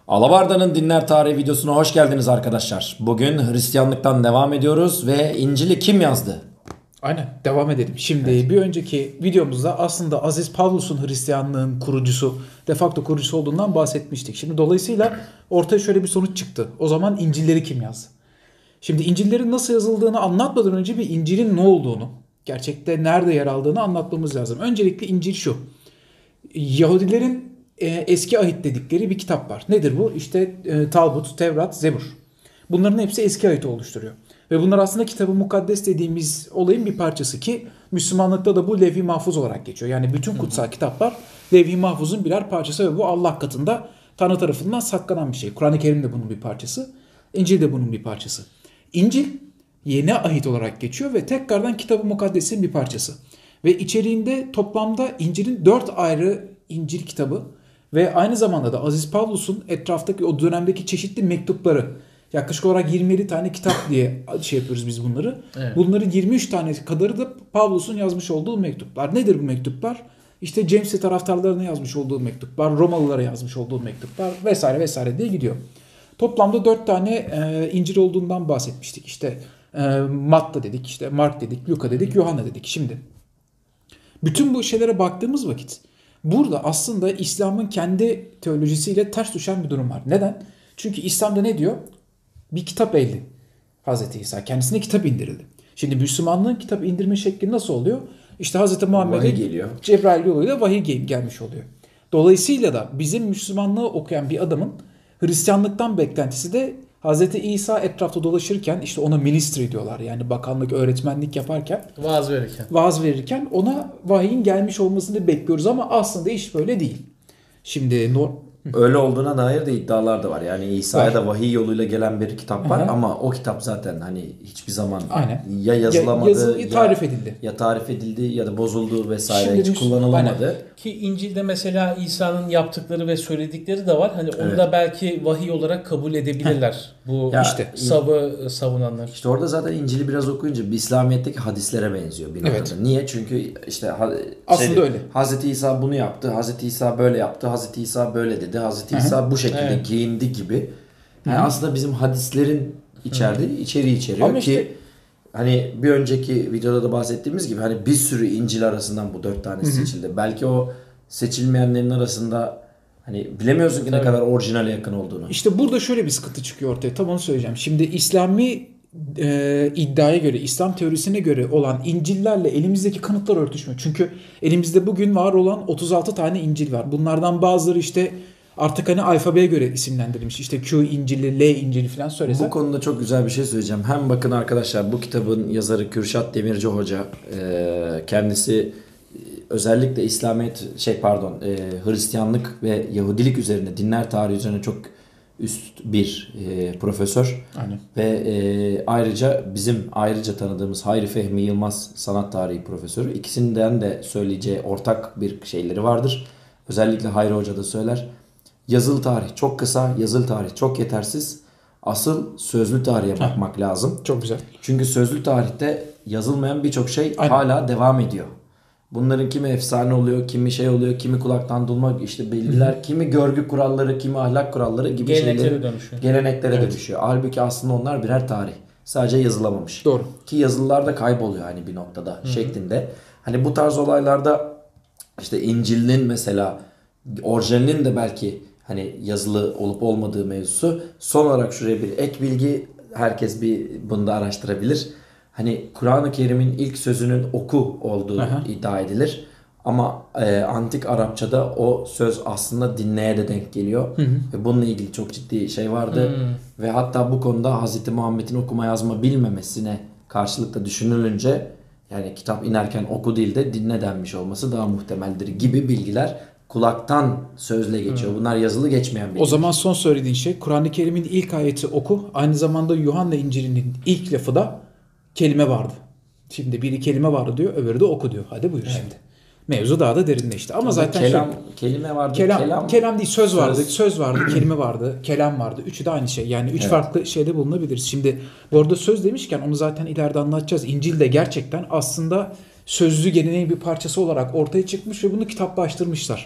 Alabarda'nın Dinler Tarihi videosuna hoş geldiniz arkadaşlar. Bugün Hristiyanlıktan devam ediyoruz ve İncil'i kim yazdı? Aynen, devam edelim. Şimdi bir önceki videomuzda aslında Aziz Pavlus'un Hristiyanlığın kurucusu, de facto kurucusu olduğundan bahsetmiştik. Şimdi dolayısıyla ortaya şöyle bir sonuç çıktı. O zaman İncil'leri kim yazdı? Şimdi İncil'lerin nasıl yazıldığını anlatmadan önce bir İncil'in ne olduğunu, gerçekte nerede yer aldığını anlatmamız lazım. Öncelikle İncil şu. Yahudilerin eski ahit dedikleri bir kitap var. Nedir bu? İşte Talmud, Tevrat, Zebur. Bunların hepsi eski ahiti oluşturuyor. Ve bunlar aslında Kitab-ı Mukaddes dediğimiz olayın bir parçası ki Müslümanlıkta da bu Levh-i Mahfuz olarak geçiyor. Yani bütün kutsal kitaplar Levh-i Mahfuz'un birer parçası ve bu Allah katında Tanrı tarafından saklanan bir şey. Kur'an-ı Kerim de bunun bir parçası. İncil de bunun bir parçası. İncil yeni ahit olarak geçiyor ve tekrardan Kitab-ı Mukaddes'in bir parçası. Ve içeriğinde toplamda İncil'in 4 ayrı İncil kitabı ve aynı zamanda da Aziz Pavlus'un etraftaki o dönemdeki çeşitli mektupları, yaklaşık olarak 27 tane kitap diye yapıyoruz biz bunları. Evet. Bunların 23 tane kadarı da Pavlus'un yazmış olduğu mektuplar. Nedir bu mektuplar? İşte James'e taraftarlarına yazmış olduğu mektuplar, Romalılara yazmış olduğu mektuplar vesaire vesaire diye gidiyor. Toplamda 4 tane İncil olduğundan bahsetmiştik. İşte Matta dedik, işte Mark dedik, Luka dedik, Yuhanna dedik. Şimdi bütün bu şeylere baktığımız vakit burada aslında İslam'ın kendi teolojisiyle ters düşen bir durum var. Neden? Çünkü İslam'da ne diyor? Bir kitap elde. Hazreti İsa kendisine kitap indirildi. Şimdi Müslümanlığın kitap indirme şekli nasıl oluyor? İşte Hazreti Muhammed'e Cebrail yoluyla vahiy gelmiş oluyor. Dolayısıyla da bizim Müslümanlığı okuyan bir adamın Hristiyanlıktan beklentisi de Hazreti İsa etrafta dolaşırken, işte ona ministry diyorlar. Yani bakanlık, öğretmenlik yaparken, vaaz verirken ona vahiyin gelmiş olmasını bekliyoruz ama aslında iş böyle değil. Şimdi öyle olduğuna dair de iddialar da var. Yani İsa'ya da vahiy yoluyla gelen bir kitap var. Ama o kitap zaten hani hiçbir zaman ya yazılamadı, ya tarif edildi ya da bozuldu vesaire, hiç kullanılamadı. Ki İncil'de mesela İsa'nın yaptıkları ve söyledikleri de var. Hani onu da belki vahiy olarak kabul edebilirler. Bu işte savunanlar. İşte orada zaten İncil'i biraz okuyunca bir İslamiyet'teki hadislere benziyor bir noktada. Evet. Niye? Çünkü işte aslında öyle. Hazreti İsa bunu yaptı, Hazreti İsa böyle yaptı, Hazreti İsa böyle dedi, Hazreti İsa bu şekilde giyindi gibi. Yani aslında bizim hadislerin içeriği içeriyor. Ama ki işte, hani bir önceki videoda da bahsettiğimiz gibi hani bir sürü İncil arasından bu 4 tanesi seçildi. Belki o seçilmeyenlerin arasında hani bilemiyorsun ki ne kadar orijinale yakın olduğunu. İşte burada şöyle bir sıkıntı çıkıyor ortaya. Tam onu söyleyeceğim. Şimdi İslami iddiaya göre, İslam teorisine göre olan İncil'lerle elimizdeki kanıtlar örtüşmüyor. Çünkü elimizde bugün var olan 36 tane İncil var. Bunlardan bazıları işte artık hani alfabeye göre isimlendirilmiş. İşte Q İncil'i, L İncil'i falan söylesem. Bu konuda çok güzel bir şey söyleyeceğim. Hem bakın arkadaşlar, bu kitabın yazarı Kürşat Demirci Hoca, kendisi özellikle Hristiyanlık ve Yahudilik üzerine, dinler tarihi üzerine çok üst bir profesör. Aynen. Ve ayrıca bizim tanıdığımız Hayri Fehmi Yılmaz sanat tarihi profesörü. İkisinden de söyleyeceği ortak bir şeyleri vardır. Özellikle Hayri Hoca da söyler. Yazılı tarih çok kısa, yazılı tarih çok yetersiz. Asıl sözlü tarihe bakmak lazım. Çok güzel. Çünkü sözlü tarihte yazılmayan birçok şey hala devam ediyor. Bunların kimi efsane oluyor, kimi şey oluyor, kimi kulaktan dolma işte bilgiler, kimi görgü kuralları, kimi ahlak kuralları gibi geleneklere dönüşüyor. Halbuki aslında onlar birer tarih. Sadece yazılamamış. Doğru. Ki yazılılar da kayboluyor hani bir noktada şeklinde. Hani bu tarz olaylarda işte İncil'in mesela orijinalinin de belki hani yazılı olup olmadığı mevzusu. Son olarak şuraya bir ek bilgi, herkes bir bunu da araştırabilir. Hani Kur'an-ı Kerim'in ilk sözünün oku olduğu iddia edilir. Ama antik Arapçada o söz aslında dinleye de denk geliyor. Ve bununla ilgili çok ciddi şey vardı. Ve hatta bu konuda Hz. Muhammed'in okuma yazma bilmemesine karşılıkta düşünülünce, yani kitap inerken oku değil de dinle denmiş olması daha muhtemeldir gibi bilgiler kulaktan sözle geçiyor. Bunlar yazılı geçmeyen bilgiler. O zaman son söylediğin şey, Kur'an-ı Kerim'in ilk ayeti oku. Aynı zamanda Yuhanna İncil'inin ilk lafı da kelime vardı. Şimdi biri kelime vardı diyor, öbürü de oku diyor. Hadi buyur şimdi. Mevzu daha da derinleşti. Ama zaten kelime vardı. Kelam değil, söz vardı. Söz vardı, kelime vardı, kelam vardı. Üçü de aynı şey. Yani üç farklı şeyde bulunabiliriz. Şimdi bu arada söz demişken onu zaten ileride anlatacağız. İncil de gerçekten aslında sözlü geleneğin bir parçası olarak ortaya çıkmış ve bunu kitaplaştırmışlar.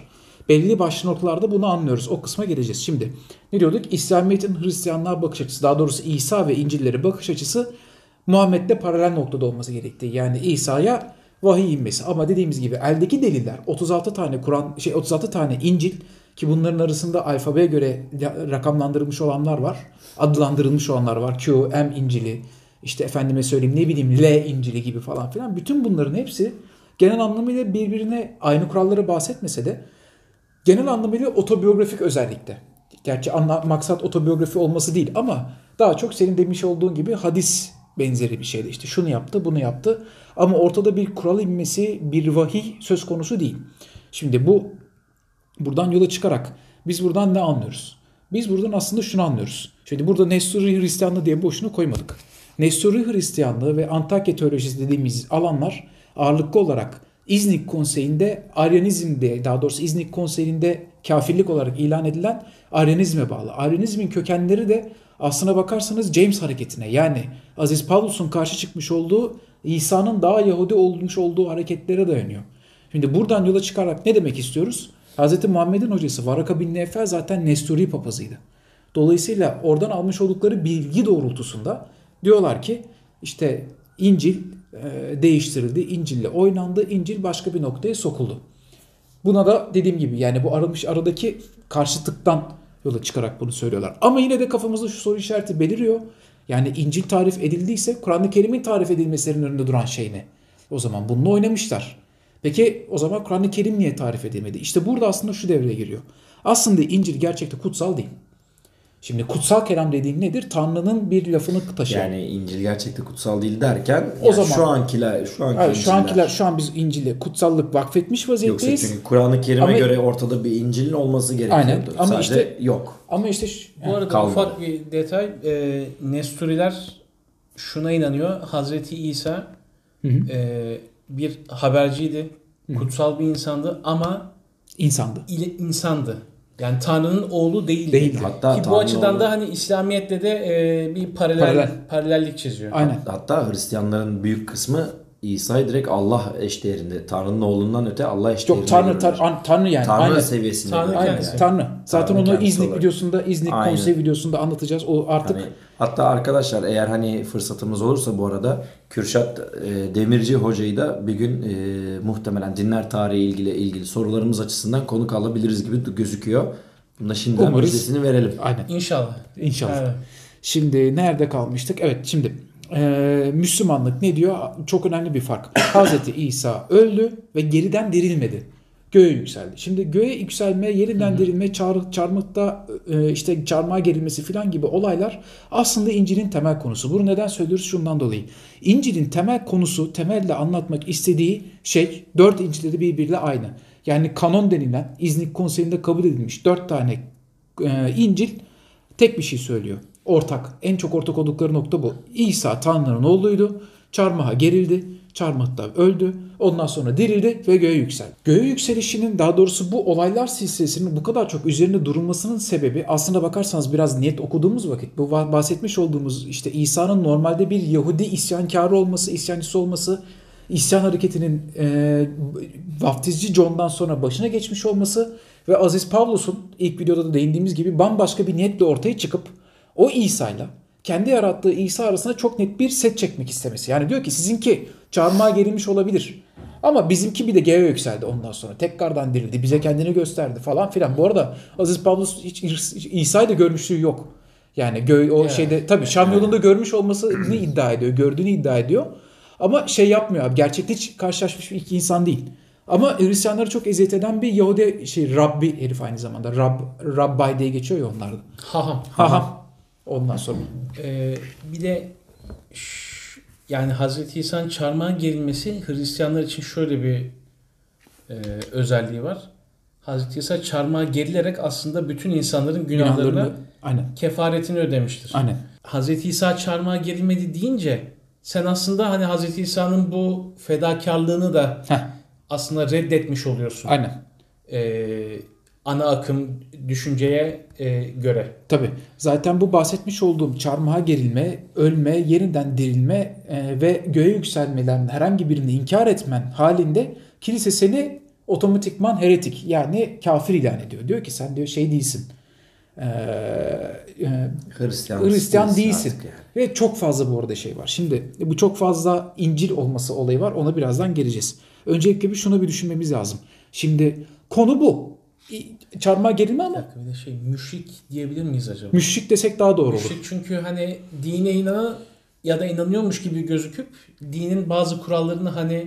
belli başlı noktalarda bunu anlıyoruz. O kısma geleceğiz. Şimdi ne diyorduk? İslamiyet'in Hristiyanlığa bakış açısı, daha doğrusu İsa ve İncil'lere bakış açısı Muhammed'le paralel noktada olması gerektiği. Yani İsa'ya vahiy inmesi. Ama dediğimiz gibi eldeki deliller 36 tane 36 tane İncil, ki bunların arasında alfabeye göre rakamlandırılmış olanlar var. Adlandırılmış olanlar var. Q, M İncil'i, işte efendime söyleyeyim ne bileyim L İncil'i gibi falan filan. Bütün bunların hepsi genel anlamıyla birbirine aynı kuralları bahsetmese de genel anlamıyla otobiyografik özellikte. Gerçi maksat otobiyografi olması değil ama daha çok senin demiş olduğun gibi hadis benzeri bir şeydi. İşte şunu yaptı, bunu yaptı. Ama ortada bir kural inmesi, bir vahiy söz konusu değil. Şimdi buradan yola çıkarak biz buradan ne anlıyoruz? Biz buradan aslında şunu anlıyoruz. Şimdi burada Nestori Hristiyanlığı diye boşuna koymadık. Nestori Hristiyanlığı ve Antakya teolojisi dediğimiz alanlar ağırlıklı olarak İznik Konseyi'nde Aryanizm'de, daha doğrusu İznik Konseyi'nde kafirlik olarak ilan edilen Aryanizm'e bağlı. Aryanizm'in kökenleri de aslına bakarsanız James hareketine, yani Aziz Pavlus'un karşı çıkmış olduğu İsa'nın daha Yahudi olmuş olduğu hareketlere dayanıyor. Şimdi buradan yola çıkarak ne demek istiyoruz? Hz. Muhammed'in hocası Varaka bin Nevfel zaten Nestori papazıydı. Dolayısıyla oradan almış oldukları bilgi doğrultusunda diyorlar ki işte İncil değiştirildi, İncil'le oynandı, İncil başka bir noktaya sokuldu. Buna da dediğim gibi yani bu aradaki karşıtlıktan yola çıkarak bunu söylüyorlar. Ama yine de kafamızda şu soru işareti beliriyor. Yani İncil tarif edildiyse Kur'an-ı Kerim'in tarif edilmesinin önünde duran şey ne? O zaman bununla oynamışlar. Peki o zaman Kur'an-ı Kerim niye tarif edilmedi? İşte burada aslında şu devreye giriyor. Aslında İncil gerçekte kutsal değil. Şimdi kutsal kelam dediğin nedir? Tanrı'nın bir lafını taşıyan. Yani İncil gerçekte kutsal değil derken o zaman şu ankiler şu an biz İncil'e kutsallık vakfetmiş vaziyetteyiz. Yoksa çünkü Kur'an-ı Kerim'e göre ortada bir İncil'in olması gerekiyordu. Aynen. Ama sadece işte yok. Ama işte bu arada kalmadı. Ufak bir detay. Nestoriler şuna inanıyor. Hazreti İsa bir haberciydi. Hı-hı. Kutsal bir insandı ama insandı. Yani Tanrı'nın oğlu değildi. Hatta ki bu açıdan da hani İslamiyet'te de bir paralellik çiziyor. Aynen. Hatta Hristiyanların büyük kısmı İsa'yı direkt Allah eşdeğerinde, Tanrı'nın oğlundan öte Allah eşdeğerinde. Yok Tanrı yani. Tanrı seviyesinde. Tanrı. Zaten onu İznik videosunda, İznik Konsey videosunda anlatacağız. O artık hani, hatta arkadaşlar eğer hani fırsatımız olursa bu arada Kürşat Demirci hocayı da bir gün muhtemelen dinler tarihi ilgili sorularımız açısından konuk alabiliriz gibi gözüküyor. Bunda şimdiden müjdesini verelim. Aynen. İnşallah. Evet. Şimdi nerede kalmıştık? Evet, şimdi Müslümanlık ne diyor? Çok önemli bir fark. Hazreti İsa öldü ve geriden dirilmedi. Göğe yükseldi. Şimdi göğe yükselme, yeniden dirilme, çarmıhta işte çarmıha gerilmesi falan gibi olaylar aslında İncil'in temel konusu. Bunu neden söylüyoruz? Şundan dolayı. İncil'in temel konusu, temelde anlatmak istediği şey 4 İncil'de de birbiriyle aynı. Yani kanon denilen İznik Konseyi'nde kabul edilmiş 4 tane İncil tek bir şey söylüyor. Ortak. En çok ortak oldukları nokta bu. İsa Tanrı'nın oğluydu. Çarmıha gerildi. Çarmıhta öldü. Ondan sonra dirildi ve göğe yükseldi. Göğe yükselişinin, daha doğrusu bu olaylar silsilesinin bu kadar çok üzerinde durulmasının sebebi, aslına bakarsanız biraz niyet okuduğumuz vakit bu bahsetmiş olduğumuz işte İsa'nın normalde bir Yahudi isyankarı olması, isyancısı olması, isyan hareketinin vaftizci John'dan sonra başına geçmiş olması ve Aziz Pavlus'un ilk videoda da değindiğimiz gibi bambaşka bir niyetle ortaya çıkıp o İsa'yla kendi yarattığı İsa arasında çok net bir set çekmek istemesi. Yani diyor ki sizinki çarmıha gerilmiş olabilir ama bizimki bir de göğe yükseldi ondan sonra. Tekrardan dirildi. Bize kendini gösterdi falan filan. Bu arada Aziz Pavlus hiç İsa'yı da görmüşlüğü yok. Yani şeyde tabii Şam yolunda görmüş olmasını iddia ediyor. Gördüğünü iddia ediyor. Ama yapmıyor abi. Gerçekte hiç karşılaşmış bir iki insan değil. Ama Hristiyanları çok eziyet eden bir Yahudi Rabbi herif aynı zamanda. Rabbi diye geçiyor ya onlarda. Haham. Ondan sonra. Bir de yani Hazreti İsa'nın çarmıha gerilmesi Hristiyanlar için şöyle bir özelliği var. Hazreti İsa çarmıha gerilerek aslında bütün insanların günahlarını kefaretini ödemiştir. Aynen. Hazreti İsa çarmıha gerilmedi deyince sen aslında hani Hazreti İsa'nın bu fedakarlığını da aslında reddetmiş oluyorsun. Aynen. Ana akım düşünceye göre. Tabii. Zaten bu bahsetmiş olduğum çarmıha gerilme, ölme, yeniden dirilme ve göğe yükselmelerin herhangi birini inkar etmen halinde kilise seni otomatikman heretik yani kafir ilan ediyor. Diyor ki sen diyor şey değilsin. Hristiyan değilsin. Yani. Ve çok fazla bu arada şey var. Şimdi bu çok fazla İncil olması olayı var. Ona birazdan geleceğiz. Öncelikle şunu bir düşünmemiz lazım. Şimdi konu bu. Çarmıha gerilme ama. Bir de müşrik diyebilir miyiz acaba? Müşrik desek daha doğru olur. Müşrik çünkü hani dine inanan ya da inanıyormuş gibi gözüküp dinin bazı kurallarını hani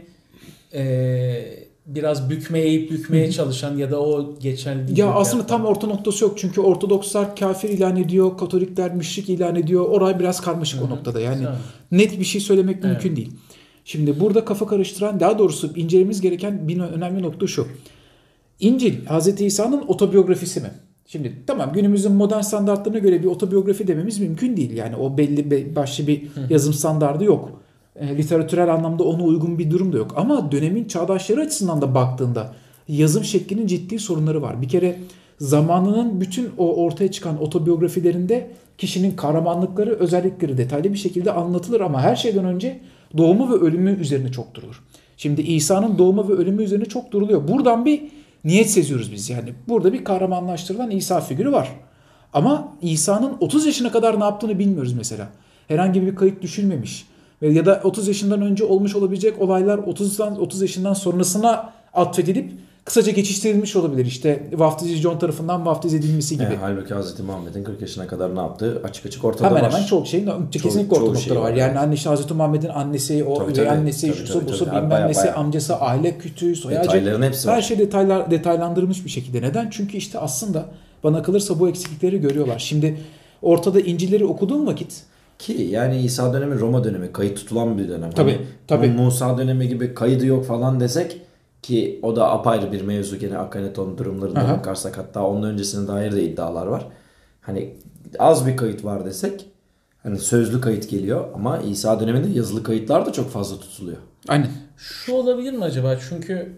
biraz bükmeye çalışan ya da o geçerli değil. Ya aslında tam orta noktası yok. Çünkü Ortodokslar kafir ilan ediyor, Katolikler müşrik ilan ediyor. Orası biraz karmaşık o noktada. Yani net bir şey söylemek mümkün değil. Şimdi burada kafa karıştıran, daha doğrusu incelememiz gereken bir önemli nokta şu. İncil, Hz. İsa'nın otobiyografisi mi? Şimdi tamam, günümüzün modern standartlarına göre bir otobiyografi dememiz mümkün değil. Yani o belli başlı bir yazım standardı yok. Literatürel anlamda ona uygun bir durum da yok. Ama dönemin çağdaşları açısından da baktığında yazım şeklinin ciddi sorunları var. Bir kere zamanının bütün o ortaya çıkan otobiyografilerinde kişinin kahramanlıkları, özellikleri detaylı bir şekilde anlatılır ama her şeyden önce doğumu ve ölümü üzerine çok durulur. Şimdi İsa'nın doğumu ve ölümü üzerine çok duruluyor. Buradan bir niyet seziyoruz biz yani. Burada bir kahramanlaştırılan İsa figürü var. Ama İsa'nın 30 yaşına kadar ne yaptığını bilmiyoruz mesela. Herhangi bir kayıt düşülmemiş. Ya da 30 yaşından önce olmuş olabilecek olaylar 30 yaşından sonrasına atfedilip kısaca geçiştirilmiş olabilir. İşte Vaftizci John tarafından vaftiz edilmesi gibi. Halbuki Hz. Muhammed'in 40 yaşına kadar ne yaptığı açık ortada var. Hemen çok şeyin kesinlikle orta noktaları var. Yani hani işte Hz. Muhammed'in annesi, o üvey annesi, şusu busu bilmem nesi, amcası, aile kütüğü, soyacı. Detayların hepsi var. Her şey detaylandırılmış bir şekilde. Neden? Çünkü işte aslında bana kalırsa bu eksiklikleri görüyorlar. Şimdi ortada İncil'leri okuduğum vakit ki yani İsa dönemi Roma dönemi, kayıt tutulan bir dönem. Tabii. Musa dönemi gibi kaydı yok falan desek ki o da apayrı bir mevzu, gene Akhenaton durumlarına bakarsak, hatta onun öncesine dair de iddialar var. Hani az bir kayıt var desek, hani sözlü kayıt geliyor ama İsa döneminde yazılı kayıtlar da çok fazla tutuluyor. Aynen. Şu olabilir mi acaba? Çünkü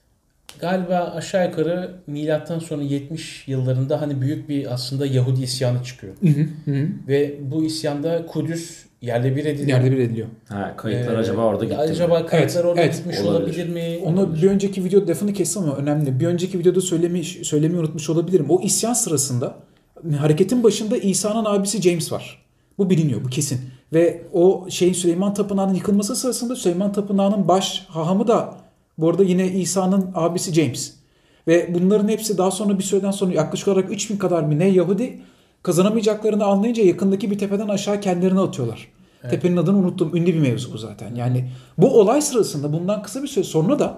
galiba aşağı yukarı milattan sonra 70 yıllarında hani büyük bir aslında Yahudi isyanı çıkıyor. Ve bu isyanda Kudüs yerle bir ediliyor. Kayıtlar acaba orada gitti acaba mi? kayıtlar orada gitmiş olabilir mi? Onu bir önceki videoda lafını kestim ama önemli. Bir önceki videoda söylemeyi unutmuş olabilirim. O isyan sırasında hareketin başında İsa'nın abisi James var. Bu biliniyor, bu kesin. Ve o Süleyman Tapınağı'nın yıkılması sırasında Süleyman Tapınağı'nın baş hahamı da bu arada yine İsa'nın abisi James. Ve bunların hepsi daha sonra bir süreden sonra yaklaşık olarak 3000 kadar mı ne Yahudi kazanamayacaklarını anlayınca yakındaki bir tepeden aşağı kendilerini atıyorlar. Evet. Tepenin adını unuttum. Ünlü bir mevzu bu zaten. Yani bu olay sırasında bundan kısa bir süre sonra da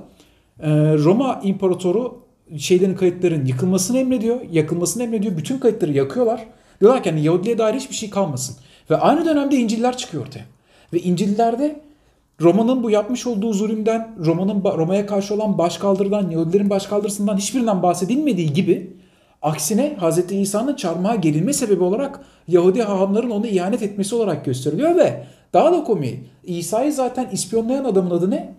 Roma İmparatoru kayıtların yıkılmasını emrediyor. Yakılmasını emrediyor. Bütün kayıtları yakıyorlar. Diyorlar ki hani Yahudiliğe dair hiçbir şey kalmasın. Ve aynı dönemde İncil'ler çıkıyor ortaya. Ve İncil'lerde Roma'nın bu yapmış olduğu zulümden, Roma'ya karşı olan başkaldırıdan, Yahudilerin başkaldırısından hiçbirinden bahsedilmediği gibi aksine Hz. İsa'nın çarmıha gerilme sebebi olarak Yahudi hahamların onu ihanet etmesi olarak gösteriliyor ve daha da komiği, İsa'yı zaten ispiyonlayan adamın adı ne?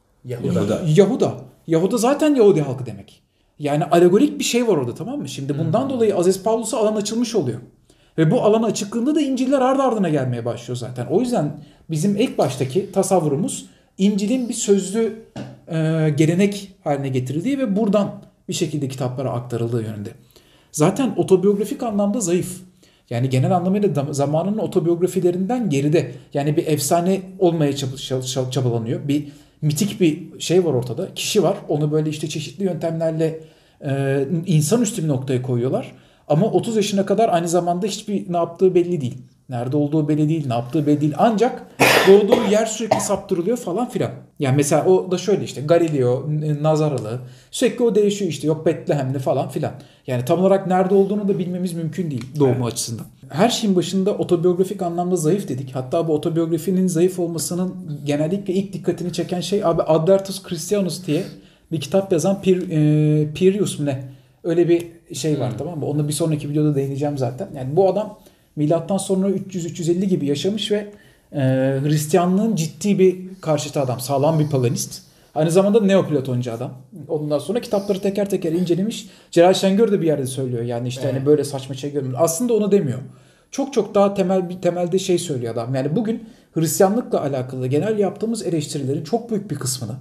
Yahuda zaten Yahudi halkı demek. Yani alegorik bir şey var orada, tamam mı? Şimdi bundan dolayı Aziz Pavlus'a alan açılmış oluyor. Ve bu alan açıklığında da İncil'ler ardı ardına gelmeye başlıyor zaten. O yüzden bizim ilk baştaki tasavvurumuz İncil'in bir sözlü gelenek haline getirildiği ve buradan bir şekilde kitaplara aktarıldığı yönünde. Zaten otobiyografik anlamda zayıf. Yani genel anlamıyla zamanının otobiyografilerinden geride. Yani bir efsane olmaya çabalanıyor. Bir mitik bir şey var ortada. Kişi var. Onu böyle işte çeşitli yöntemlerle insanüstü bir noktaya koyuyorlar. Ama 30 yaşına kadar aynı zamanda hiçbir ne yaptığı belli değil. Nerede olduğu belli değil, ne yaptığı belli değil. Ancak doğduğu yer sürekli saptırılıyor falan filan. Yani mesela o da şöyle işte Galileo, Nazaralı. Sürekli o değişiyor işte. Yok Betlehem'de falan filan. Yani tam olarak nerede olduğunu da bilmemiz mümkün değil doğumu açısından. Her şeyin başında otobiyografik anlamda zayıf dedik. Hatta bu otobiyografinin zayıf olmasının genellikle ilk dikkatini çeken şey abi Advertus Christianus diye bir kitap yazan Pierius mu ne? Öyle bir şey var, tamam mı? Onu bir sonraki videoda değineceğim zaten. Yani bu adam milattan sonra 300-350 gibi yaşamış ve Hristiyanlığın ciddi bir karşıtı adam. Sağlam bir Paganist. Aynı zamanda Neoplatoncu adam. Ondan sonra kitapları teker teker incelemiş. Celal Şengör de bir yerde söylüyor. Yani işte hani böyle saçma şey görmüyor. Aslında onu demiyor. Çok daha temelde şey söylüyor adam. Yani bugün Hristiyanlıkla alakalı genel yaptığımız eleştirilerin çok büyük bir kısmını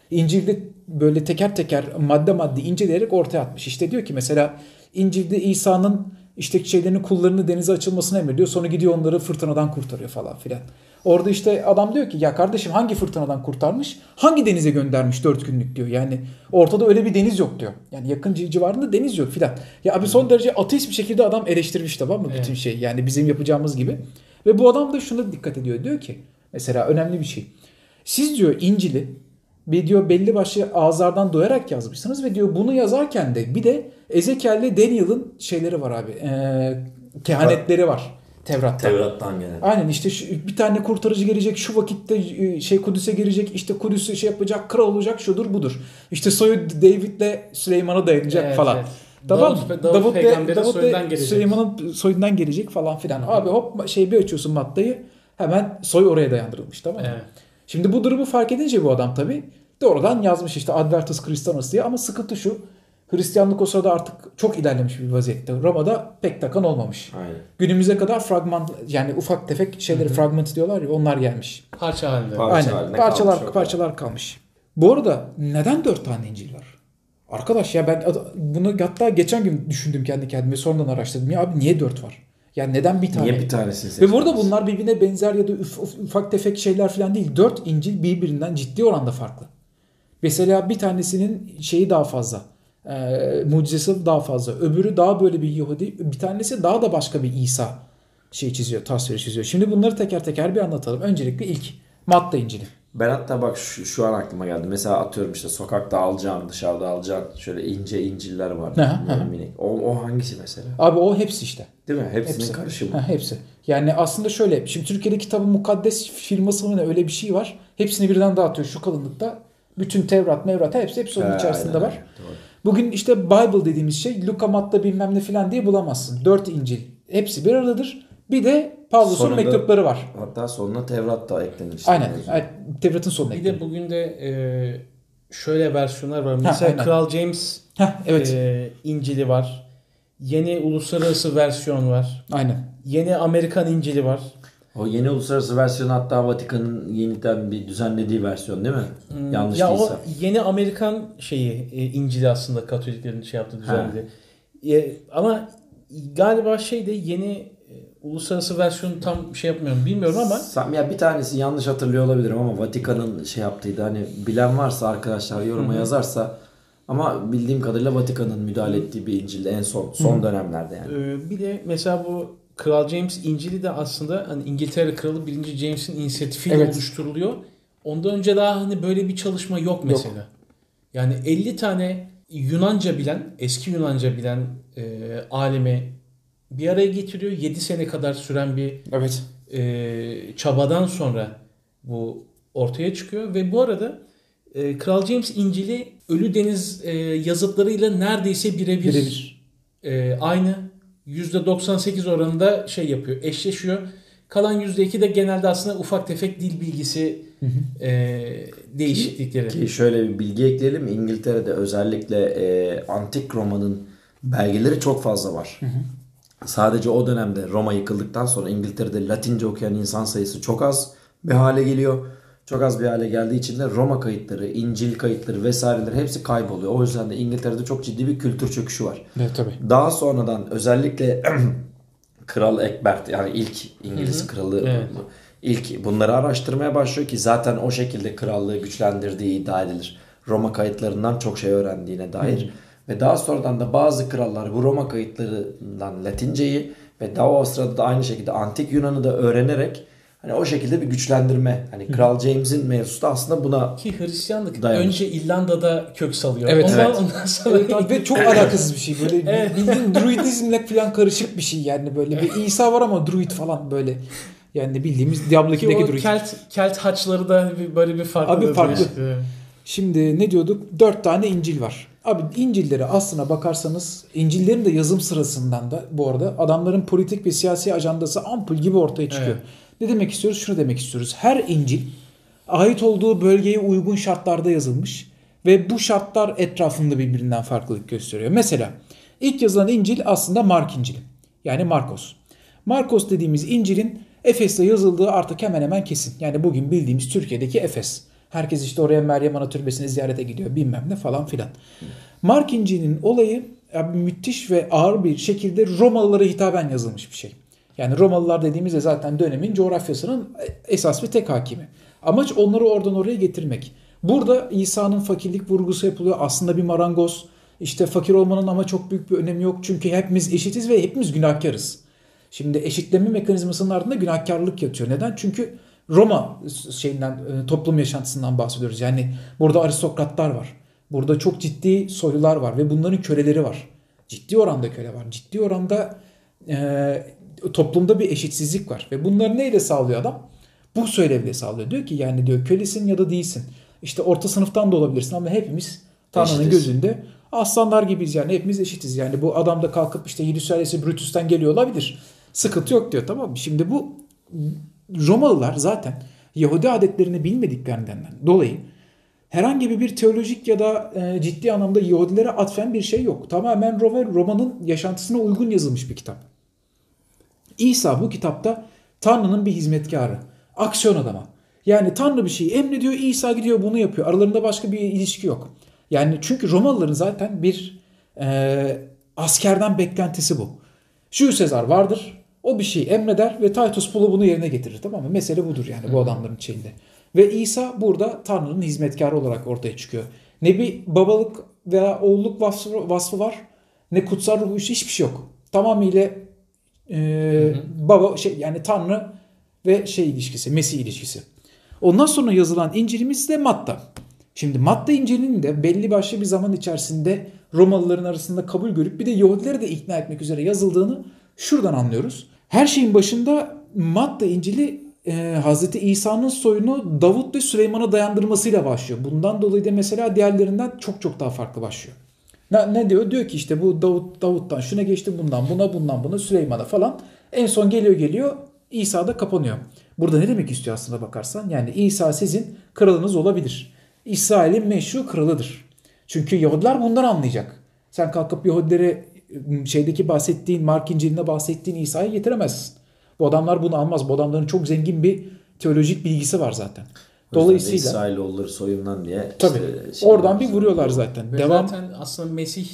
İncil'de böyle teker teker madde madde inceleyerek ortaya atmış. İşte diyor ki mesela İncil'de İsa'nın işte şeylerin kullarını denize açılmasını emrediyor. Sonra gidiyor onları fırtınadan kurtarıyor falan filan. Orada işte adam diyor ki ya kardeşim hangi fırtınadan kurtarmış? Hangi denize göndermiş 4 günlük diyor. Yani ortada öyle bir deniz yok diyor. Yani yakın civarında deniz yok filan. Ya abi son derece ateist bir şekilde adam eleştirmiş, tamam mı? Bütün şey yani bizim yapacağımız gibi. Ve bu adam da şuna dikkat ediyor. Diyor ki mesela önemli bir şey. Siz diyor İncil'i bir diyor belli başlı ağızlardan doyarak yazmışsınız ve diyor bunu yazarken de bir de Ezekiel'le Daniel'ın şeyleri var abi. Kehanetleri var. Tevrat'tan gelen. Aynen işte bir tane kurtarıcı gelecek, şu vakitte Kudüs'e girecek, işte Kudüs'ü şey yapacak, kral olacak, şudur budur. İşte soyu David'le Süleyman'a dayanacak falan. Evet. Tamam mı? Davut peygamberin soyundan gelecek. Süleyman'ın soyundan gelecek falan filan. Abi hop bir açıyorsun maddayı, hemen soy oraya dayandırılmış, tamam mı? Evet. Şimdi bu durumu fark edince bu adam tabii doğrudan yazmış işte Advertus Christianus diye, ama sıkıntı şu. Hristiyanlık o sırada artık çok ilerlemiş bir vaziyette. Roma'da pek takan olmamış. Aynen. Günümüze kadar fragman, yani ufak tefek şeyleri fragment diyorlar ya, onlar gelmiş. Parça halinde. Aynen. Parçalar kalmış. Bu arada neden 4 tane İncil var? Arkadaş ya ben bunu hatta geçen gün düşündüm kendi kendime, sonradan araştırdım. Ya abi niye 4 var? Yani neden bir tane? Niye bir tanesini seçtiniz? Ve burada bunlar birbirine benzer ya da ufak tefek şeyler falan değil. 4 İncil birbirinden ciddi oranda farklı. Mesela bir tanesinin şeyi daha fazla. Mucizesi daha fazla. Öbürü daha böyle bir Yahudi. Bir tanesi daha da başka bir İsa tasviri çiziyor. Şimdi bunları teker teker bir anlatalım. Öncelikle ilk Matta İncil'i. Ben hatta bak şu an aklıma geldi. Mesela atıyorum işte sokakta alacağın, dışarıda alacağın şöyle ince inciller var. Minik. O hangisi mesela? Abi o hepsi işte. Değil mi? Hepsinin karışımı. Hepsi. Yani aslında şöyle. Şimdi Türkiye'de Kitabı Mukaddes firması mı ne, öyle bir şey var. Hepsini birden dağıtıyor şu kalınlıkta. Bütün Tevrat, Mevrat hepsi onun içerisinde var. Doğru. Bugün işte Bible dediğimiz şey Luka, Matta bilmem ne falan diye bulamazsın. 4 İncil. Hepsi bir aradadır. Bir de Pavlus'un mektupları var. Hatta sonuna Tevrat da eklenir. Aynen. Tevrat'ın sonuna Bir eklenir. de bugün de şöyle versiyonlar var. Mesela Kral James evet. İncil'i var. Yeni uluslararası versiyon var. Aynen. Yeni Amerikan İncil'i var. O yeni uluslararası versiyon hatta Vatikan'ın yeniden bir düzenlediği versiyon değil mi? Yanlış ya değilse. O yeni Amerikan İncil'i aslında Katoliklerin yaptı, düzenledi. Ama galiba yeni uluslararası versiyonu tam yapmıyorum bilmiyorum ama. Ya bir tanesi yanlış hatırlıyor olabilirim ama Vatikan'ın yaptıydı. Hani bilen varsa arkadaşlar yoruma yazarsa, ama bildiğim kadarıyla Vatikan'ın müdahale ettiği bir İncil'de en son dönemlerde yani. Bir de mesela bu Kral James İncil'i de aslında hani İngiltere Kralı 1. James'in inisiyatifiyle oluşturuluyor. Ondan önce daha böyle bir çalışma yok mesela. Yok. Yani 50 tane eski Yunanca bilen alimi bir araya getiriyor. 7 sene kadar süren bir çabadan sonra bu ortaya çıkıyor ve bu arada Kral James İncil'i Ölü Deniz yazıtlarıyla neredeyse birebir aynı %98 oranında yapıyor, eşleşiyor. Kalan %2 de genelde aslında ufak tefek dil bilgisi değişiklikleri. Ki şöyle bir bilgi ekleyelim. İngiltere'de özellikle Antik Roma'nın belgeleri çok fazla var. Sadece o dönemde Roma yıkıldıktan sonra İngiltere'de Latince okuyan insan sayısı çok az bir hale geliyor. Çok az bir hale geldiği için de Roma kayıtları, İncil kayıtları vesaireleri hepsi kayboluyor. O yüzden de İngiltere'de çok ciddi bir kültür çöküşü var. Evet, tabii. Daha sonradan özellikle Kral Ekbert, yani ilk İngiliz kralı ilk bunları araştırmaya başlıyor ki zaten o şekilde krallığı güçlendirdiği iddia edilir. Roma kayıtlarından çok şey öğrendiğine dair. Ve daha sonradan da bazı krallar bu Roma kayıtlarından Latinceyi ve daha o sırada da aynı şekilde Antik Yunan'ı da öğrenerek hani o şekilde bir güçlendirme. Hani Kral James'in mevzusu da aslında buna ki Hristiyanlık dayanır. Önce İrlanda'da kök salıyor. Evet. Ondan sonra ve çok alakasız bir şey. Böyle bildiğin druidizmle falan karışık bir şey yani, böyle bir İsa var ama druid falan böyle. Yani bildiğimiz Diablo 2'deki druid. Kelt haçları da böyle bir farklı. Abi farklı. Şimdi ne diyorduk? 4 tane İncil var. Abi İncil'lere aslına bakarsanız, İncil'lerin de yazım sırasından da bu arada adamların politik ve siyasi ajandası ampul gibi ortaya çıkıyor. Evet. Ne demek istiyoruz? Şunu demek istiyoruz. Her İncil ait olduğu bölgeye uygun şartlarda yazılmış ve bu şartlar etrafında birbirinden farklılık gösteriyor. Mesela ilk yazılan İncil aslında Mark İncil'i. Yani Markos. Markos dediğimiz İncil'in Efes'te yazıldığı artık hemen hemen kesin. Yani bugün bildiğimiz Türkiye'deki Efes. Herkes işte oraya Meryem Ana türbesini ziyarete gidiyor bilmem ne falan filan. Mark İncil'in olayı müthiş ve ağır bir şekilde Romalılara hitaben yazılmış bir şey. Yani Romalılar dediğimizde zaten dönemin coğrafyasının esas ve tek hakimi. Amaç onları oradan oraya getirmek. Burada İsa'nın fakirlik vurgusu yapılıyor. Aslında bir marangoz. İşte fakir olmanın ama çok büyük bir önemi yok. Çünkü hepimiz eşitiz ve hepimiz günahkarız. Şimdi eşitleme mekanizmasının ardında günahkarlık yatıyor. Neden? Çünkü Roma toplum yaşantısından bahsediyoruz. Yani burada aristokratlar var. Burada çok ciddi soylular var ve bunların köleleri var. Ciddi oranda köle var. Ciddi oranda toplumda bir eşitsizlik var. Ve bunları neyle sağlıyor adam? Bu söylevle sağlıyor. Diyor ki yani diyor kölesin ya da değilsin. İşte orta sınıftan da olabilirsin ama hepimiz Tanrı'nın gözünde aslanlar gibiyiz yani. Hepimiz eşitiz. Yani bu adam da kalkıp işte Julius Caesar Brutus'tan geliyor olabilir. Sıkıntı yok diyor, tamam mı? Şimdi bu Romalılar zaten Yahudi adetlerini bilmediklerinden dolayı herhangi bir teolojik ya da ciddi anlamda Yahudilere atfen bir şey yok. Tamamen Roma'nın yaşantısına uygun yazılmış bir kitap. İsa bu kitapta Tanrı'nın bir hizmetkarı. Aksiyon adamı. Yani Tanrı bir şeyi emrediyor, İsa gidiyor bunu yapıyor. Aralarında başka bir ilişki yok. Yani çünkü Romalıların zaten bir askerden beklentisi bu. Julius Caesar vardır. O bir şeyi emreder ve Titus Pulu bunu yerine getirir. Tamam mı? Mesele budur yani bu adamların şeyinde. Ve İsa burada Tanrı'nın hizmetkarı olarak ortaya çıkıyor. Ne bir babalık veya oğulluk vasfı var, ne kutsal ruhu, hiçbir şey yok. Tamamıyla yani Tanrı ve ilişkisi, Mesih ilişkisi. Ondan sonra yazılan İncil'imiz de Matta. Şimdi Matta İncil'inin de belli başlı bir zaman içerisinde Romalıların arasında kabul görüp bir de Yahudileri de ikna etmek üzere yazıldığını şuradan anlıyoruz. Her şeyin başında Matta İncil'i Hazreti İsa'nın soyunu Davut ve Süleyman'a dayandırmasıyla başlıyor. Bundan dolayı da mesela diğerlerinden çok çok daha farklı başlıyor. Ne diyor? Diyor ki işte bu Davut'tan şuna geçti, bundan buna Süleyman'a falan. En son geliyor İsa'da kapanıyor. Burada ne demek istiyor aslında bakarsan? Yani İsa sizin kralınız olabilir. İsrail'in meşru kralıdır. Çünkü Yahudiler bundan anlayacak. Sen kalkıp Yahudilere bahsettiğin Mark İncil'inde bahsettiğin İsa'yı getiremezsin. Bu adamlar bunu almaz. Bu adamların çok zengin bir teolojik bilgisi var zaten. Dolayısıyla İsrailoğulları soyundan diye tabii oradan bir vuruyorlar zaten. Ve zaten aslında Mesih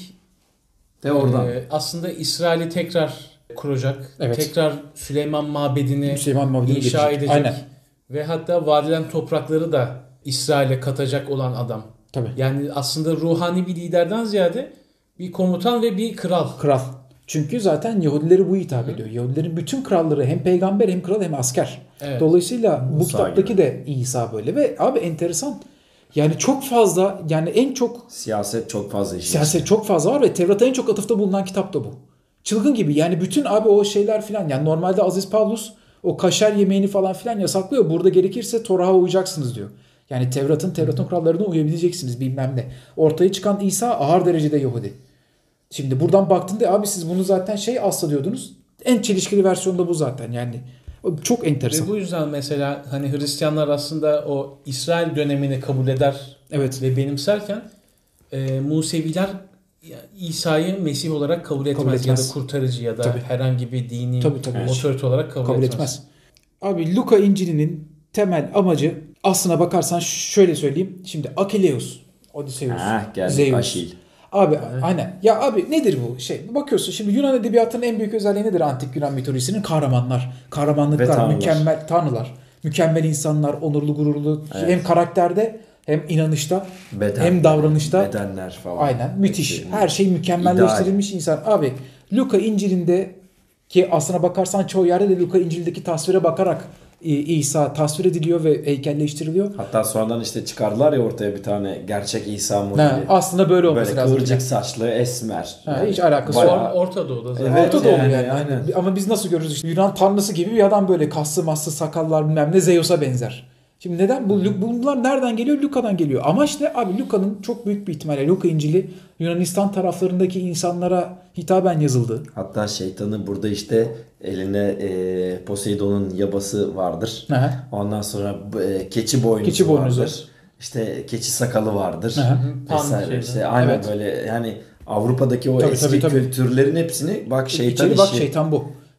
de oradan. Aslında İsrail'i tekrar kuracak. Evet. Tekrar Süleyman Mabedi'ni inşa edecek. Aynen. Ve hatta vadeden toprakları da İsrail'e katacak olan adam. Tabii. Yani aslında ruhani bir liderden ziyade bir komutan ve bir kral. Kral. Çünkü zaten Yahudileri bu hitap ediyor. Yahudilerin bütün kralları hem peygamber hem kral hem asker. Evet. Dolayısıyla bu kitaptaki de İsa böyle ve abi enteresan. Yani çok fazla, yani en çok siyaset çok fazla işin. Siyaset çok fazla var ve Tevrat'a en çok atıfta bulunan kitap da bu. Çılgın gibi yani bütün abi o şeyler filan, yani normalde Aziz Pavlus o kaşar yemeğini falan filan yasaklıyor. Burada gerekirse Torah'a uyacaksınız diyor. Yani Tevrat'ın kurallarına uyabileceksiniz bilmem ne. Ortaya çıkan İsa ağır derecede Yahudi. Şimdi buradan baktığında abi siz bunu zaten asla diyordunuz. En çelişkili versiyonu da bu zaten yani. Çok enteresan. Ve bu yüzden mesela hani Hristiyanlar aslında o İsrail dönemini kabul eder ve benimserken Museviler İsa'yı Mesih olarak kabul etmez ya da kurtarıcı ya da herhangi bir dini otorite olarak kabul etmez. Abi Luka İncil'inin temel amacı aslına bakarsan şöyle söyleyeyim. Şimdi Akileus, Odysseus, Zeus. Aşil. Abi aynen. Ya abi nedir bu bakıyorsun şimdi Yunan edebiyatının en büyük özelliği nedir antik Yunan mitolojisinin? Kahramanlıklar, mükemmel tanrılar, mükemmel insanlar, onurlu, gururlu hem karakterde hem inanışta hem davranışta. Bedenler falan. Aynen müthiş. Her şey mükemmelleştirilmiş insan. Abi Luka İncil'inde ki aslına bakarsan çoğu yerde de Luka İncil'deki tasvire bakarak İsa tasvir ediliyor ve heykelleştiriliyor. Hatta sonradan işte çıkardılar ya ortaya bir tane gerçek İsa modeli. Aslında böyle olması lazım. Böyle kıvırcık saçlı, esmer. Hiç alakası yok. Orta Doğu'da zaten. Evet, Orta Doğu yani. Aynen. Ama biz nasıl görürüz işte Yunan tanrısı gibi bir adam böyle kaslı maslı sakallar bilmem ne Zeus'a benzer. Şimdi neden? Bunlar nereden geliyor? Luka'dan geliyor. Amaç ne? Abi Luka'nın çok büyük bir ihtimalle Luka İncil'i Yunanistan taraflarındaki insanlara hitaben yazıldı. Hatta şeytanı burada işte eline Poseidon'un yabası vardır. Aha. Ondan sonra keçi boynuzu vardır. İşte keçi sakalı vardır. Vesaire. İşte aynen böyle yani Avrupa'daki o eski kültürlerin hepsini bak şeytan işi. Bak şeytan bu.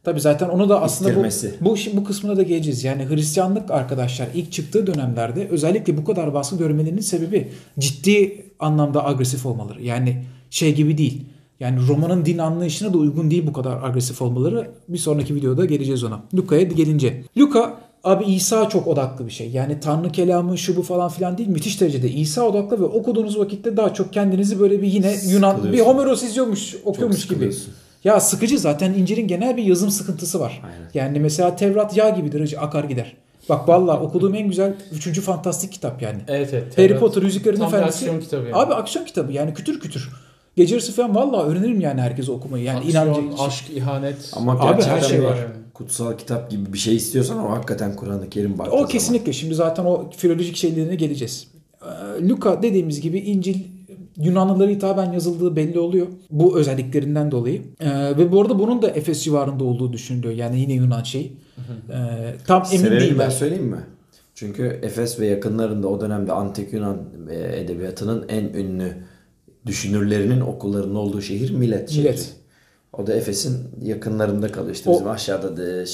Tabii zaten onu da aslında İttirmesi. bu kısmına da geleceğiz. Yani Hristiyanlık arkadaşlar ilk çıktığı dönemlerde özellikle bu kadar baskı görmelerinin sebebi ciddi anlamda agresif olmaları. Yani şey gibi değil. Yani Roma'nın din anlayışına da uygun değil bu kadar agresif olmaları. Bir sonraki videoda geleceğiz ona. Luka'ya gelince. Luka abi İsa çok odaklı bir şey. Yani Tanrı kelamı şu bu falan filan değil. Müthiş derecede İsa odaklı ve okuduğunuz vakitte daha çok kendinizi böyle bir yine Yunan bir Homeros izliyormuş, okuyormuş gibi. Ya sıkıcı, zaten İncil'in genel bir yazım sıkıntısı var. Aynen. Yani mesela Tevrat yağ gibidir, akar gider. Bak vallahi okuduğum en güzel 3. fantastik kitap yani. Evet. Harry Potter, Yüzüklerin Tam bir Efendisi. aksiyon kitabı yani. Abi aksiyon kitabı yani kütür kütür. Gece yarısı falan vallahi öğrenirim yani herkese okumayı. Yani Aksiyon, inancı. aşk, ihanet. Ama Abi gerçekten her şey var. kutsal kitap gibi bir şey istiyorsan o hakikaten Kur'an-ı Kerim baktığın O zaman. kesinlikle. Şimdi zaten o filolojik şeylerine geleceğiz. Luka dediğimiz gibi İncil Yunanlılara hitaben yazıldığı belli oluyor. Bu özelliklerinden dolayı. Ve bu arada bunun da Efes civarında olduğu düşünülüyor. Yani yine Yunan şeyi. Tam emin Sebebini değilim. ben söyleyeyim mi? Çünkü Efes ve yakınlarında o dönemde antik Yunan edebiyatının en ünlü düşünürlerinin okullarının olduğu şehir Milet şehri. Milet. O da Efes'in yakınlarında kalıyor. İşte bizim aşağıda da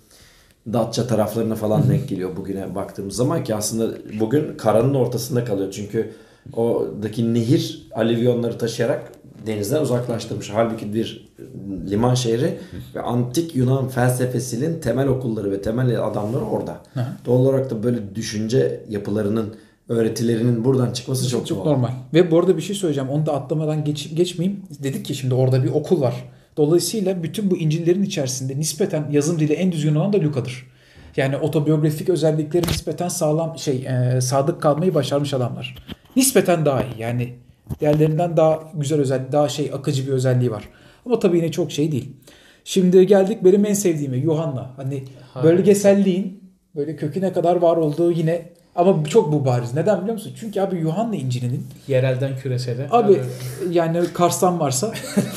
Datça taraflarına falan denk geliyor bugüne baktığımız zaman ki aslında bugün karanın ortasında kalıyor. Çünkü oradaki nehir alüvyonları taşıyarak denizden uzaklaştırmış. Halbuki bir liman şehri ve antik Yunan felsefesinin temel okulları ve temel adamları orada. Doğal olarak da böyle düşünce yapılarının, öğretilerinin buradan çıkması çok normal. Ve bu arada bir şey söyleyeceğim. Onu da atlamadan geçmeyeyim. Dedik ki şimdi orada bir okul var. Dolayısıyla bütün bu İncil'lerin içerisinde nispeten yazım dili en düzgün olan da Luka'dır. Yani otobiyografik özellikleri nispeten sağlam sadık kalmayı başarmış adamlar. Nispeten daha iyi. Yani diğerlerinden daha güzel özellik, daha akıcı bir özelliği var. Ama tabii yine çok şey değil. Şimdi geldik benim en sevdiğime, Yuhanna. Hani bölgeselliğin böyle köküne kadar var olduğu yine, ama çok bu bariz. Neden biliyor musun? Çünkü abi Yuhanna İncil'inin yerelden küresele. Abi yani Kars'tan varsa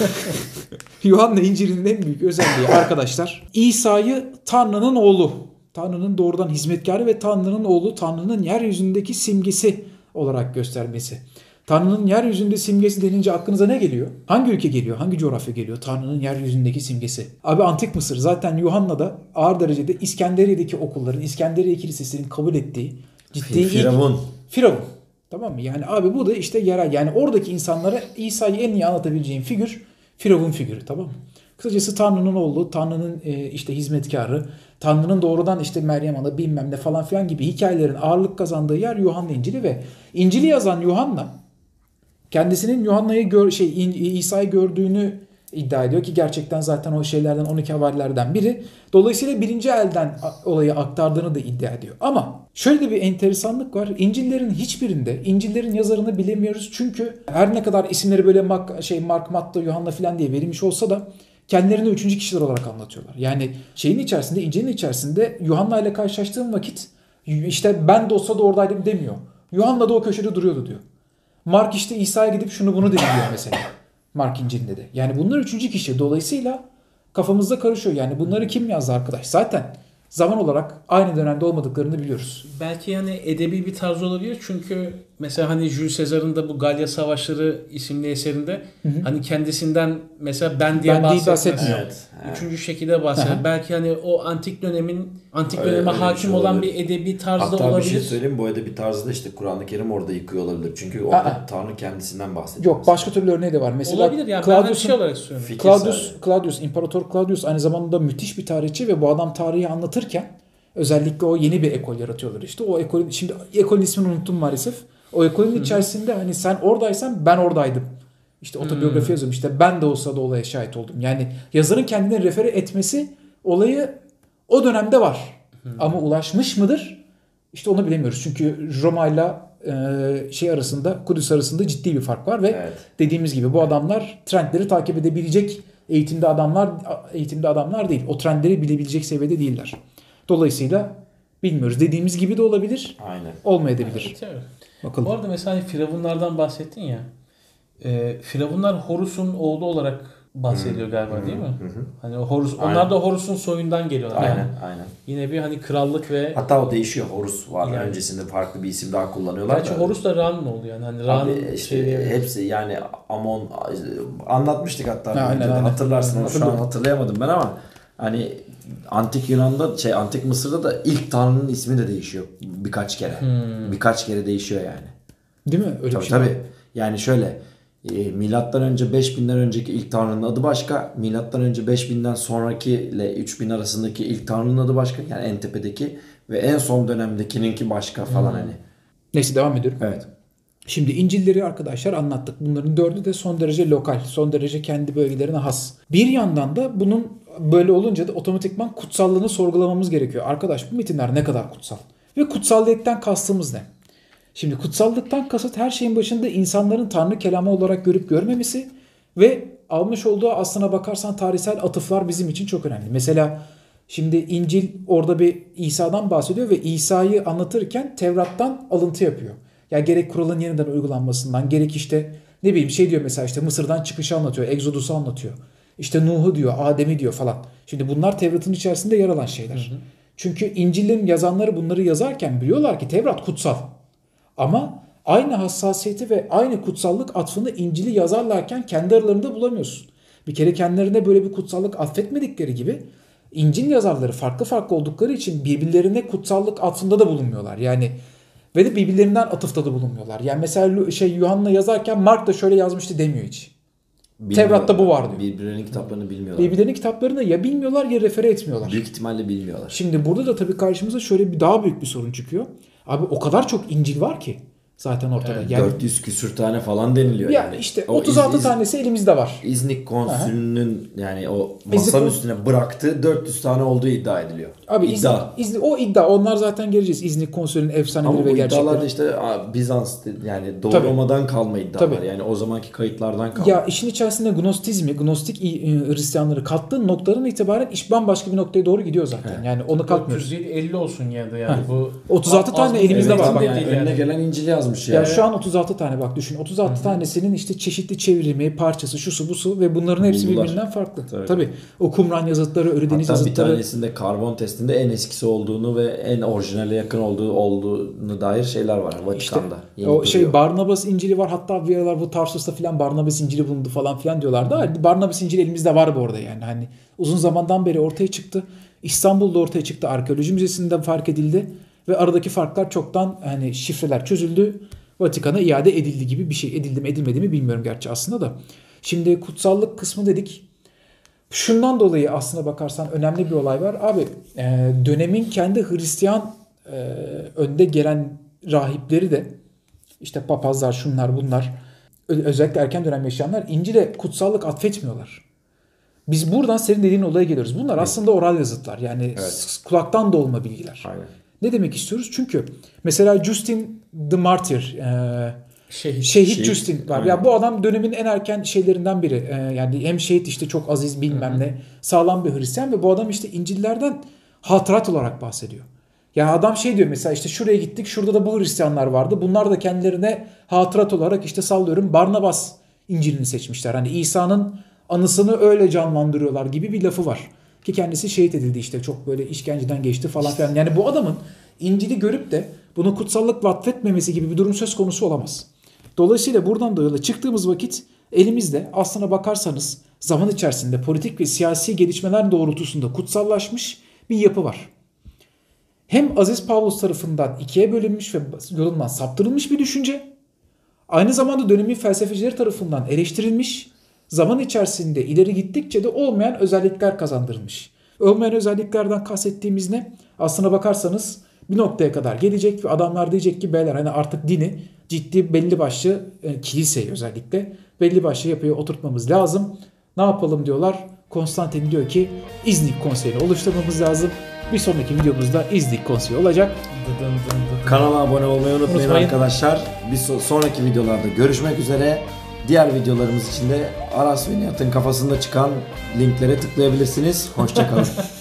Yuhanna İncil'inin en büyük özelliği arkadaşlar, İsa'yı Tanrı'nın oğlu, Tanrı'nın doğrudan hizmetkarı ve Tanrı'nın oğlu, Tanrı'nın yeryüzündeki simgesi olarak göstermesi. Tanrı'nın yeryüzünde simgesi denince aklınıza ne geliyor? Hangi ülke geliyor? Hangi coğrafya geliyor? Tanrı'nın yeryüzündeki simgesi. Abi Antik Mısır. Zaten Yuhanna'da ağır derecede İskenderiye'deki okulların, İskenderiye Kilisesi'nin kabul ettiği ciddi Firavun. Tamam mı? Yani abi bu da işte yerel. Yani oradaki insanlara İsa'yı en iyi anlatabileceğim figür Firavun figürü. Tamam mı? Kısacası Tanrı'nın oğlu, Tanrı'nın hizmetkarı, Tanrı'nın doğrudan Meryem Ana bilmem ne falan filan gibi hikayelerin ağırlık kazandığı yer Yuhanna İncil'i ve İncil'i yazan Yuhanna kendisinin İsa'yı gördüğünü iddia ediyor ki gerçekten zaten o şeylerden 12 havarilerden biri. Dolayısıyla birinci elden olayı aktardığını da iddia ediyor. Ama şöyle de bir enteresanlık var. İncil'lerin hiçbirinde İncil'lerin yazarını bilemiyoruz. Çünkü her ne kadar isimleri böyle Mark, Matta, Yuhanna falan diye verilmiş olsa da kendilerini üçüncü kişiler olarak anlatıyorlar. Yani İncil'in içerisinde Yuhanna ile karşılaştığım vakit işte ben de olsa da oradaydım demiyor. Yuhanna da o köşede duruyordu diyor. Mark işte İsa'ya gidip şunu bunu dedi diyor mesela. Mark İncil'inde de. Yani bunlar üçüncü kişi. Dolayısıyla kafamızda karışıyor. Yani bunları kim yazdı arkadaş? Zaten zaman olarak aynı dönemde olmadıklarını biliyoruz. Belki yani edebi bir tarz olabilir. Çünkü mesela hani Jules Caesar'ın da bu Galya Savaşları isimli eserinde hani kendisinden mesela ben diye bahsetmiyor. Evet. Üçüncü şekilde bahsediyor. Belki hani o antik döneme hakim olan bir edebi tarzda hatta olabilir. Hatta bir şey söyleyeyim, bu edebi tarzda işte Kur'an-ı Kerim orada yıkıyor olabilir. Çünkü orada Tanrı kendisinden bahsediyor. Yok, başka türlü örneği de var. Mesela olabilir yani, ben şey olarak söylüyorum. Claudius, İmparator Claudius aynı zamanda müthiş bir tarihçi ve bu adam tarihi anlatırken özellikle o yeni bir ekol yaratıyorlar işte. O ekolün, şimdi ekolün ismini unuttum maalesef. O ekolün içerisinde hani sen oradaysan ben oradaydım. İşte otobiyografi yazıyorum. İşte ben de olsa da olaya şahit oldum. Yani yazarın kendini refere etmesi olayı o dönemde var. Ama ulaşmış mıdır? İşte onu bilemiyoruz. Çünkü Roma ile arasında, Kudüs arasında ciddi bir fark var ve dediğimiz gibi bu adamlar trendleri takip edebilecek eğitimde adamlar değil. O trendleri bilebilecek seviyede değiller. Dolayısıyla bilmiyoruz. Dediğimiz gibi de olabilir. Aynen. Olmayabilir. Evet. Bakalım. Bu arada mesela Firavunlardan bahsettin ya. Firavunlar Horus'un oğlu olarak bahsediyor galiba değil mi? Hani Horus, onlar da Horus'un soyundan geliyorlar. Aynen. Yine bir hani krallık ve hatta o değişiyor. Horus var. Yani. Öncesinde farklı bir isim daha kullanıyorlar. Gerçi Horus da Ra mı oldu yani? Hani Ra'nın hepsi yani Amon anlatmıştık hatta. Aynen. Hatırlarsın. Şu an hatırlayamadım ben ama Hani Antik Yunan'da Antik Mısır'da da ilk tanrının ismi de değişiyor birkaç kere. Birkaç kere değişiyor yani. Değil mi? Öyle Tabii bir şey. tabii. Yani şöyle milattan önce 5000'den önceki ilk tanrının adı başka. Milattan önce 5000'den sonraki ile 3000 arasındaki ilk tanrının adı başka. Yani en tepedeki ve en son dönemdekininki başka falan hani. Neyse devam ediyorum. Evet. Şimdi İncil'leri arkadaşlar anlattık. Bunların 4'ü de son derece lokal, son derece kendi bölgelerine has. Bir yandan da bunun böyle olunca da otomatikman kutsallığını sorgulamamız gerekiyor. Arkadaş bu metinler ne kadar kutsal? Ve kutsallıktan kastımız ne? Şimdi kutsallıktan kasıt her şeyin başında insanların Tanrı kelamı olarak görüp görmemesi ve almış olduğu aslına bakarsan tarihsel atıflar bizim için çok önemli. Mesela şimdi İncil orada bir İsa'dan bahsediyor ve İsa'yı anlatırken Tevrat'tan alıntı yapıyor. Ya gerek kuralın yeniden uygulanmasından, gerek işte ne bileyim diyor mesela işte Mısır'dan çıkışı anlatıyor, Exodus'u anlatıyor. İşte Nuh'u diyor, Adem'i diyor falan. Şimdi bunlar Tevrat'ın içerisinde yer alan şeyler. Çünkü İncil'in yazanları bunları yazarken biliyorlar ki Tevrat kutsal. Ama aynı hassasiyeti ve aynı kutsallık atfını İncil'i yazarlarken kendi aralarında bulamıyorsun. Bir kere kendilerine böyle bir kutsallık atfetmedikleri gibi İncil yazarları farklı oldukları için birbirlerine kutsallık atfında da bulunmuyorlar. Yani ve de birbirlerinden atıfta da bulunmuyorlar. Yani mesela Yuhanna yazarken Mark da şöyle yazmıştı demiyor hiç. Tevrat'ta bu var diyor. Birbirlerinin kitaplarını bilmiyorlar. Birbirlerinin kitaplarını ya bilmiyorlar ya refere etmiyorlar. Büyük ihtimalle bilmiyorlar. Şimdi burada da tabii karşımıza şöyle bir daha büyük bir sorun çıkıyor. Abi o kadar çok İncil var ki zaten ortada. Evet, yani 400 küsür tane falan deniliyor ya yani. işte 36 tanesi elimizde var. İznik konsülünün yani o masanın üstüne bıraktığı 400 tane olduğu iddia ediliyor. Abi o iddia onlar zaten geleceğiz. İznik konsülünün efsaneleri ve gerçekleri. Ama bu iddialar da işte Bizans yani doğrulamadan kalma iddialar. Yani o zamanki kayıtlardan kalma. Ya işin içerisinde gnostik Hristiyanları kattığın noktadan itibaren iş bambaşka bir noktaya doğru gidiyor zaten. Evet. Yani onu kalkmıyoruz. 450 olsun ya da yani bu 36 tane elimizde var. Yani önüne gelen İncil yazmış ya. Şu an 36 tane bak düşün. 36 tanesinin işte çeşitli çevirimi, parçası, şusu busu ve bunların hepsi birbirinden farklı. Tabii. O Kumran yazıtları, Ölüdeniz yazıtları. Hatta bir tanesinde karbon testinde en eskisi olduğunu ve en orijinale yakın olduğunu dair şeyler var Vatikan'da. İşte, o Barnabas İncil'i var. Hatta bir aralar bu Tarsus'ta filan Barnabas İncil'i bulundu falan filan diyorlardı. Barnabas İncil'i elimizde var bu arada yani. Hani uzun zamandan beri ortaya çıktı. İstanbul'da ortaya çıktı. Arkeoloji Müzesi'nde fark edildi ve aradaki farklar çoktan hani şifreler çözüldü. Vatikan'a iade edildi gibi bir şey. Edildi mi edilmedi mi bilmiyorum gerçi aslında da. Şimdi kutsallık kısmı dedik. Şundan dolayı aslına bakarsan önemli bir olay var. Abi dönemin kendi Hristiyan önde gelen rahipleri de işte papazlar şunlar bunlar özellikle erken dönem yaşayanlar İncil'e kutsallık atfetmiyorlar. Biz buradan senin dediğin olaya geliyoruz. Bunlar aslında oral yazıtlar. Yani kulaktan dolma bilgiler. Aynen. Ne demek istiyoruz? Çünkü mesela Justin the Martyr Şehit Justin var. Ya bu adam dönemin en erken şeylerinden biri. Yani hem şehit işte çok aziz bilmem ne sağlam bir Hristiyan ve bu adam işte İncil'lerden hatırat olarak bahsediyor. Yani adam diyor mesela işte şuraya gittik şurada da bu Hristiyanlar vardı. Bunlar da kendilerine hatırat olarak işte sallıyorum Barnabas İncil'ini seçmişler. Hani İsa'nın anısını öyle canlandırıyorlar gibi bir lafı var. Ki kendisi şehit edildi işte çok böyle işkenceden geçti falan filan. Yani bu adamın İncil'i görüp de bunu kutsallık vatfetmemesi gibi bir durum söz konusu olamaz. Dolayısıyla buradan da yola çıktığımız vakit elimizde aslına bakarsanız zaman içerisinde politik ve siyasi gelişmeler doğrultusunda kutsallaşmış bir yapı var. Hem Aziz Pavlus tarafından ikiye bölünmüş ve yolundan saptırılmış bir düşünce, aynı zamanda dönemin felsefecileri tarafından eleştirilmiş, zaman içerisinde ileri gittikçe de olmayan özellikler kazandırılmış. Olmayan özelliklerden kastettiğimiz ne? Aslına bakarsanız bir noktaya kadar gelecek ve adamlar diyecek ki beyler hani artık dini ciddi belli başlı kiliseyi özellikle belli başlı yapıya oturtmamız lazım. Ne yapalım diyorlar. Konstantin diyor ki İznik Konseyi'ni oluşturmamız lazım. Bir sonraki videomuzda İznik Konseyi olacak. Kanala abone olmayı unutmayın arkadaşlar. Bir sonraki videolarda görüşmek üzere. Diğer videolarımız için de Aras ve Nihat'ın kafasında çıkan linklere tıklayabilirsiniz. Hoşça kalın.